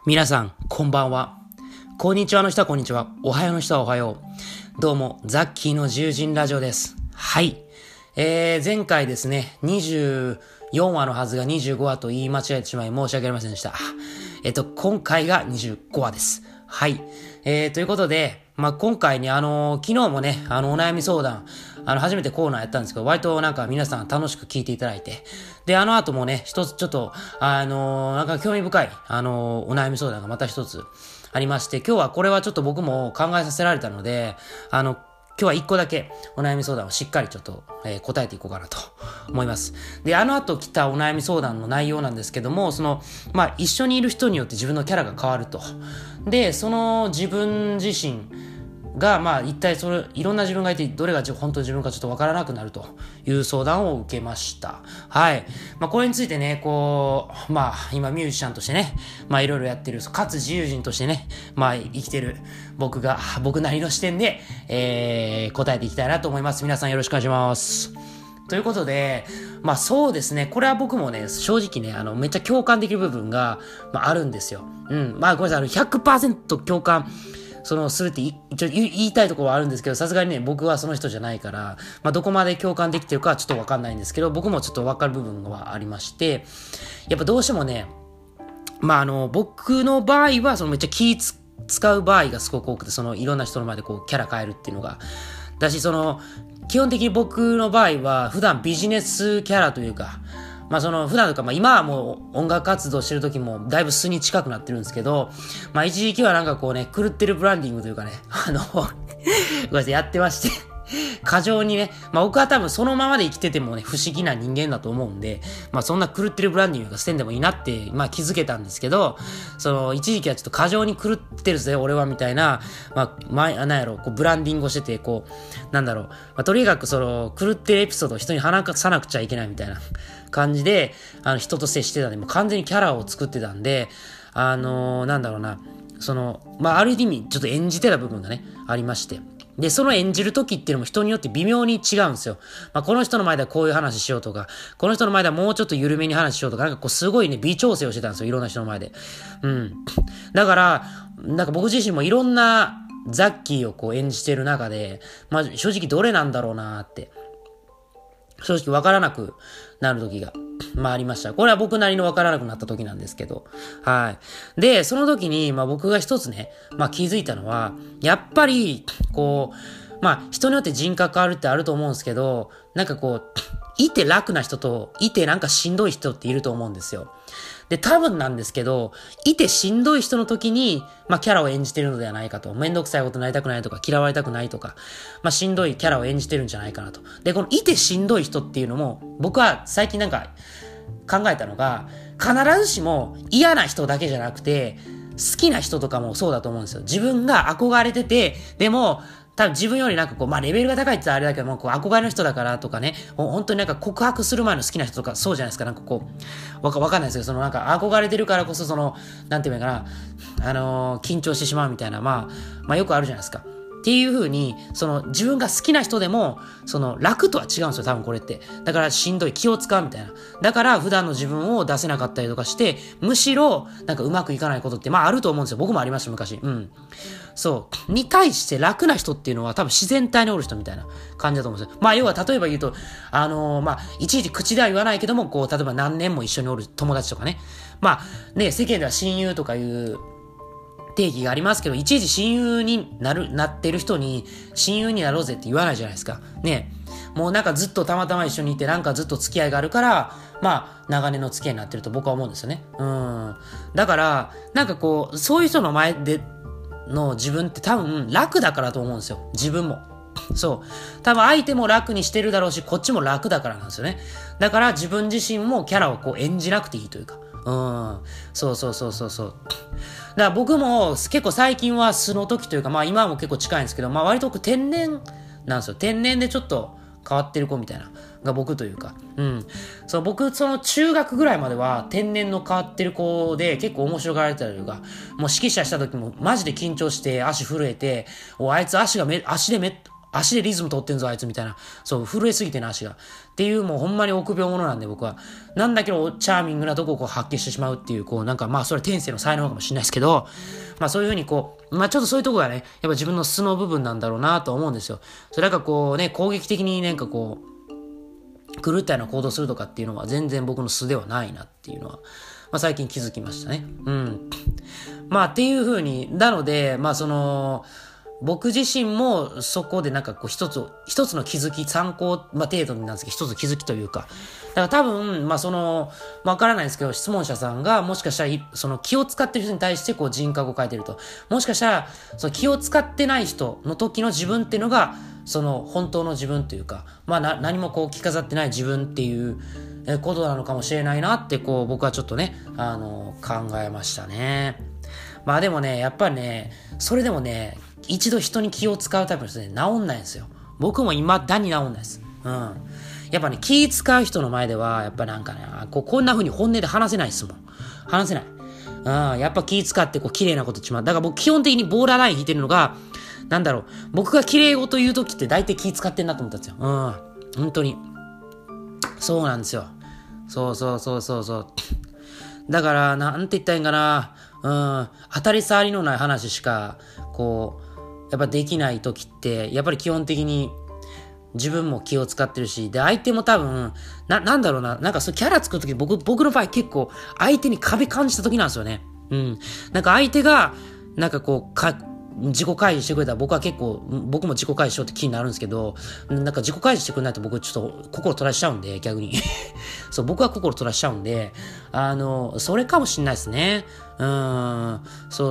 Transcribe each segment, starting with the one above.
皆さん、こんばんは。こんにちはの人はこんにちは。おはようの人はおはよう。どうも、ザッキーの自由人ラジオです。はい。前回ですね、24話のはずが25話と言い間違えてしまい申し訳ありませんでした。今回が25話です。はい。ということで、今回ね、昨日もね、お悩み相談、初めてコーナーやったんですけど、割となんか皆さん楽しく聞いていただいて、で、後もね、一つちょっと、なんか興味深い、お悩み相談がまた一つありまして、今日はこれはちょっと僕も考えさせられたので、今日は一個だけお悩み相談をしっかりちょっと、答えていこうかなと思います。で、後来たお悩み相談の内容なんですけども、一緒にいる人によって自分のキャラが変わると。で、その自分自身が、一体いろんな自分がいて、どれが本当に自分かちょっとわからなくなるという相談を受けました。はい。これについてね、今ミュージシャンとしてね、いろいろやってる、かつ自由人としてね、生きてる僕なりの視点で、答えていきたいなと思います。皆さんよろしくお願いします。ということで、そうですね、これは僕もね、正直ね、めっちゃ共感できる部分が、あるんですよ。ごめんなさい、100% 共感、するって一応言いたいところはあるんですけど、さすがにね、僕はその人じゃないから、どこまで共感できてるかはちょっとわかんないんですけど、僕もちょっとわかる部分はありまして、やっぱどうしてもね、僕の場合は、めっちゃ気使う場合がすごく多くて、いろんな人の前でキャラ変えるっていうのが、だし、基本的に僕の場合は、普段ビジネスキャラというか、普段とか、今はもう音楽活動してる時もだいぶ素に近くなってるんですけど、一時期はなんか狂ってるブランディングというかね、ごめんなさい、やってまして、過剰にね、僕は多分そのままで生きててもね、不思議な人間だと思うんで、そんな狂ってるブランディングが捨てんでもいいなって、気づけたんですけど、一時期はちょっと過剰に狂ってるぜ、俺は、みたいな、ブランディングをしてて、とにかく狂ってるエピソードを人に話さなくちゃいけないみたいな感じで、人と接してたんで、もう完全にキャラを作ってたんで、ある意味、ちょっと演じてた部分がね、ありまして。で、その演じる時っていうのも人によって微妙に違うんですよ。この人の前ではこういう話しようとか、この人の前ではもうちょっと緩めに話しようとか、すごいね、微調整をしてたんですよ。いろんな人の前で。だから、僕自身もいろんなザッキーを演じてる中で、正直どれなんだろうなーって、正直わからなくなる時が、ありました。これは僕なりのわからなくなった時なんですけど。はい。で、その時に、僕が一つね、気づいたのは、やっぱり、人によって人格変わるってあると思うんですけど、いて楽な人と、いてしんどい人っていると思うんですよ。で、多分なんですけど、いてしんどい人の時に、キャラを演じてるのではないかと。めんどくさいことになりたくないとか、嫌われたくないとか、しんどいキャラを演じてるんじゃないかなと。で、このいてしんどい人っていうのも、僕は最近考えたのが、必ずしも嫌な人だけじゃなくて、好きな人とかもそうだと思うんですよ。自分が憧れてて、でも、多分自分よりレベルが高いって言ったらあれだけども、憧れの人だからとかね、本当に告白する前の好きな人とか、そうじゃないですか、わかんないですけど、憧れてるからこそ、なんていうのかな、緊張してしまうみたいな、よくあるじゃないですか。っていう風に、自分が好きな人でも、楽とは違うんですよ、多分これって。だからしんどい、気を使うみたいな。だから普段の自分を出せなかったりとかして、むしろ、うまくいかないことって、あると思うんですよ。僕もありました、昔。に対して楽な人っていうのは多分自然体におる人みたいな感じだと思うんですよ。要は例えば言うと、いちいち口では言わないけども、例えば何年も一緒におる友達とかね。世間では親友とかいう定義がありますけど、いちいち親友になってる人に、親友になろうぜって言わないじゃないですか。ね。もうずっとたまたま一緒にいて、ずっと付き合いがあるから、長年の付き合いになってると僕は思うんですよね。だから、そういう人の前での自分って多分楽だからと思うんですよ。自分も。そう。多分相手も楽にしてるだろうし、こっちも楽だからなんですよね。だから自分自身もキャラを演じなくていいというか。そう。だから僕も結構最近は素の時というか、今はも結構近いんですけど、割と天然なんですよ。天然でちょっと変わってる子みたいな。が僕というか。僕、中学ぐらいまでは天然の変わってる子で結構面白がられてたというか、もう指揮者した時もマジで緊張して足震えて、あいつ足で足でリズム取ってんぞあいつみたいな。そう、震えすぎてな足が。っていうもうほんまに臆病者なんで僕は。なんだけどチャーミングなとこをこう発揮してしまうっていう、こうなんかまあそれは天性の才能かもしれないですけど、まあそういうふうにこう、まあちょっとそういうとこがね、やっぱ自分の素の部分なんだろうなと思うんですよ。それがこうね、攻撃的になんかこう、狂ったような行動するとかっていうのは全然僕の素ではないなっていうのは、まあ最近気づきましたね。うん。まあっていう風に、なので、まあその、僕自身もそこでなんかこう一つの気づき、参考、まあ程度なんですけど、一つ気づきというか、だから多分、まあその、わからないですけど、質問者さんがもしかしたら、その気を使ってる人に対してこう人格を変えてると。もしかしたら、その気を使ってない人の時の自分っていうのが、その本当の自分というか、まあ何もこう着飾ってない自分っていうことなのかもしれないなってこう僕はちょっとね、考えましたね。まあでもね、やっぱりね、それでもね、一度人に気を使うタイプの人ね、治んないんですよ。僕も未だに治んないです。うん。やっぱね、気使う人の前では、やっぱなんかね、こんな風に本音で話せないですもん。話せない。うん。やっぱ気使ってこう綺麗なことちまう。だから僕基本的にボーダーライン引いてるのが、なんだろう、僕が綺麗事言うときって大体気使ってんなと思ったんですよ。うん。本当に。そうなんですよ。そう。だから、なんて言ったらいいんかな。うん。当たり障りのない話しか、こう、やっぱできないときって、やっぱり基本的に自分も気を使ってるし、で、相手も多分、なんだろうな、なんかそうキャラ作るとき、僕の場合結構、相手に壁感じたときなんですよね。うん。なんか相手が、なんかこう、自己開示してくれたら僕は結構、僕も自己開示しようって気になるんですけど、なんか自己開示してくれないと僕ちょっと心取らしちゃうんで、逆に。そう、僕は心取らしちゃうんで、それかもしんないですね。そう。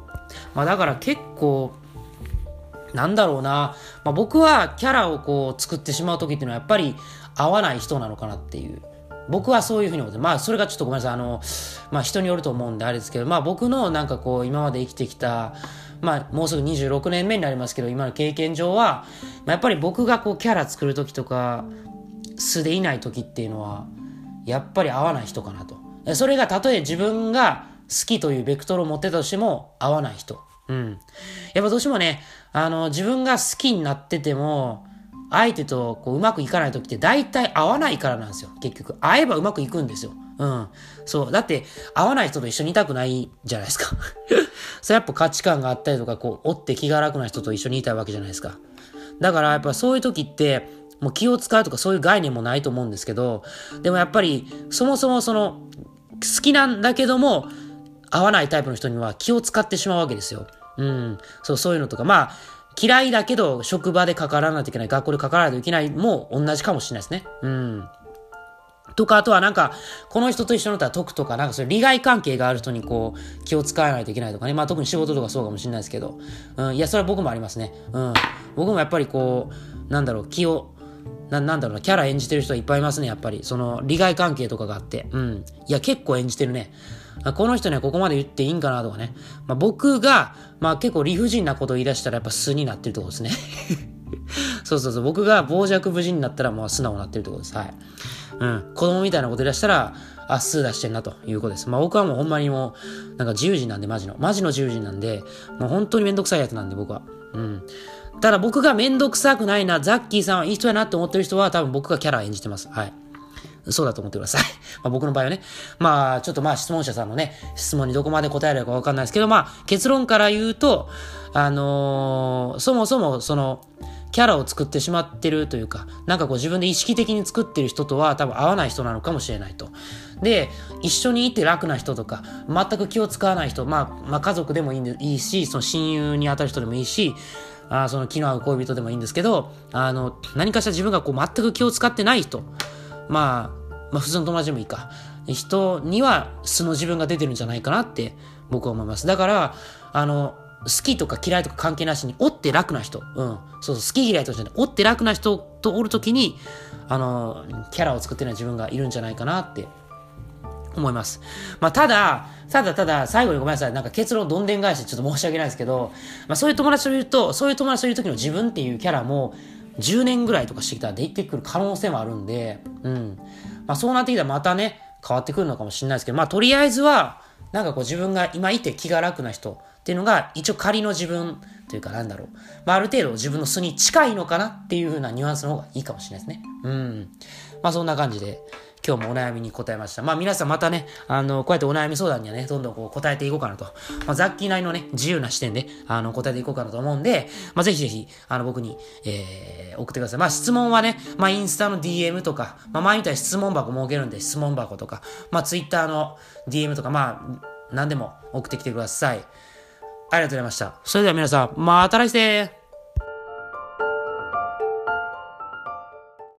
まあだから結構、なんだろうな。まあ僕はキャラをこう作ってしまう時っていうのはやっぱり合わない人なのかなっていう。僕はそういうふうに思って、まあそれがちょっとごめんなさい。まあ人によると思うんであれですけど、まあ僕のなんかこう今まで生きてきた、まあもうすぐ26年目になりますけど、今の経験上は、まあ、やっぱり僕がこうキャラ作る時とか、素でいない時っていうのは、やっぱり合わない人かなと。それがたとえ自分が好きというベクトルを持ってたとしても合わない人。うん。やっぱどうしてもね、自分が好きになってても、相手とこううまくいかない時って大体合わないからなんですよ。結局。会えばうまくいくんですよ。うん。そう。だって、合わない人と一緒にいたくないじゃないですか。それやっぱ価値観があったりとか、こう、追って気が楽な人と一緒にいたいわけじゃないですか。だからやっぱそういう時って、もう気を使うとかそういう概念もないと思うんですけど、でもやっぱり、そもそもその、好きなんだけども、合わないタイプの人には気を使ってしまうわけですよ。うん。そういうのとか。まあ、嫌いだけど、職場で関わらないといけない、学校で関わらないといけないも同じかもしれないですね。うん。とか、あとはなんか、この人と一緒になったら得とか、なんかそういう利害関係がある人にこう、気を使わないといけないとかね。まあ特に仕事とかそうかもしれないですけど。うん。いや、それは僕もありますね。うん。僕もやっぱりこう、なんだろう、気を、なんだろうな、キャラ演じてる人はいっぱいいますね、やっぱり。その、利害関係とかがあって。うん。いや、結構演じてるね。この人にはここまで言っていいんかなとかね。まあ僕が、まあ結構理不尽なことを言い出したらやっぱ素になってるところですね。そう。僕が傍若無人になったらもう素直になってるところです。はい。うん。子供みたいなこと言い出したら、素出してんなということです。まあ僕はもうほんまにもう、なんか自由人なんで、マジの自由人なんで、もう本当にめんどくさいやつなんで僕は。うん。ただ僕がめんどくさくないな、ザッキーさんはいい人やなって思ってる人は多分僕がキャラ演じてます。はい。そうだと思ってください。まあ僕の場合はね。まあちょっとまあ質問者さんのね、質問にどこまで答えられるかわかんないですけど、まあ結論から言うと、そもそもその、キャラを作ってしまってるというか、なんかこう自分で意識的に作ってる人とは多分合わない人なのかもしれないと。で、一緒にいて楽な人とか、全く気を使わない人、まあ家族でもいいし、その親友に当たる人でもいいし、その気の合う恋人でもいいんですけど、何かしら自分がこう全く気を使ってない人、まあ普通の友達でもいいか、人には素の自分が出てるんじゃないかなって僕は思います。だから、好きとか嫌いとか関係なしに、おって楽な人、好き嫌いとしておって楽な人とおるときに、キャラを作ってない自分がいるんじゃないかなって思います。まあ、ただ、最後にごめんなさい。なんか結論どんでん返しちょっと申し訳ないですけど、まあそういう友達といると、そういう友達といる時の自分っていうキャラも、10年ぐらいとかしてきたらできてくる可能性もあるんで、まあそうなってきたらまたね、変わってくるのかもしれないですけど、まあとりあえずは、 なんかこう自分が今いて気が楽な人っていうのが一応仮の自分というかなんだろう。まあある程度自分の素に近いのかなっていう風なニュアンスの方がいいかもしれないですね。まあそんな感じで今日もお悩みに答えました。まあ皆さんまたね、こうやってお悩み相談にはね、どんどんこう答えていこうかなと。まあザッキーなりのね、自由な視点で、答えていこうかなと思うんで、まあぜひぜひ、僕に、送ってください。まあ質問はね、まあインスタの DM とか、まあ前みたいに質問箱設けるんで質問箱とか、まあツイッターの DM とか、まあ何でも送ってきてください。ありがとうございました。それでは皆さん、また来世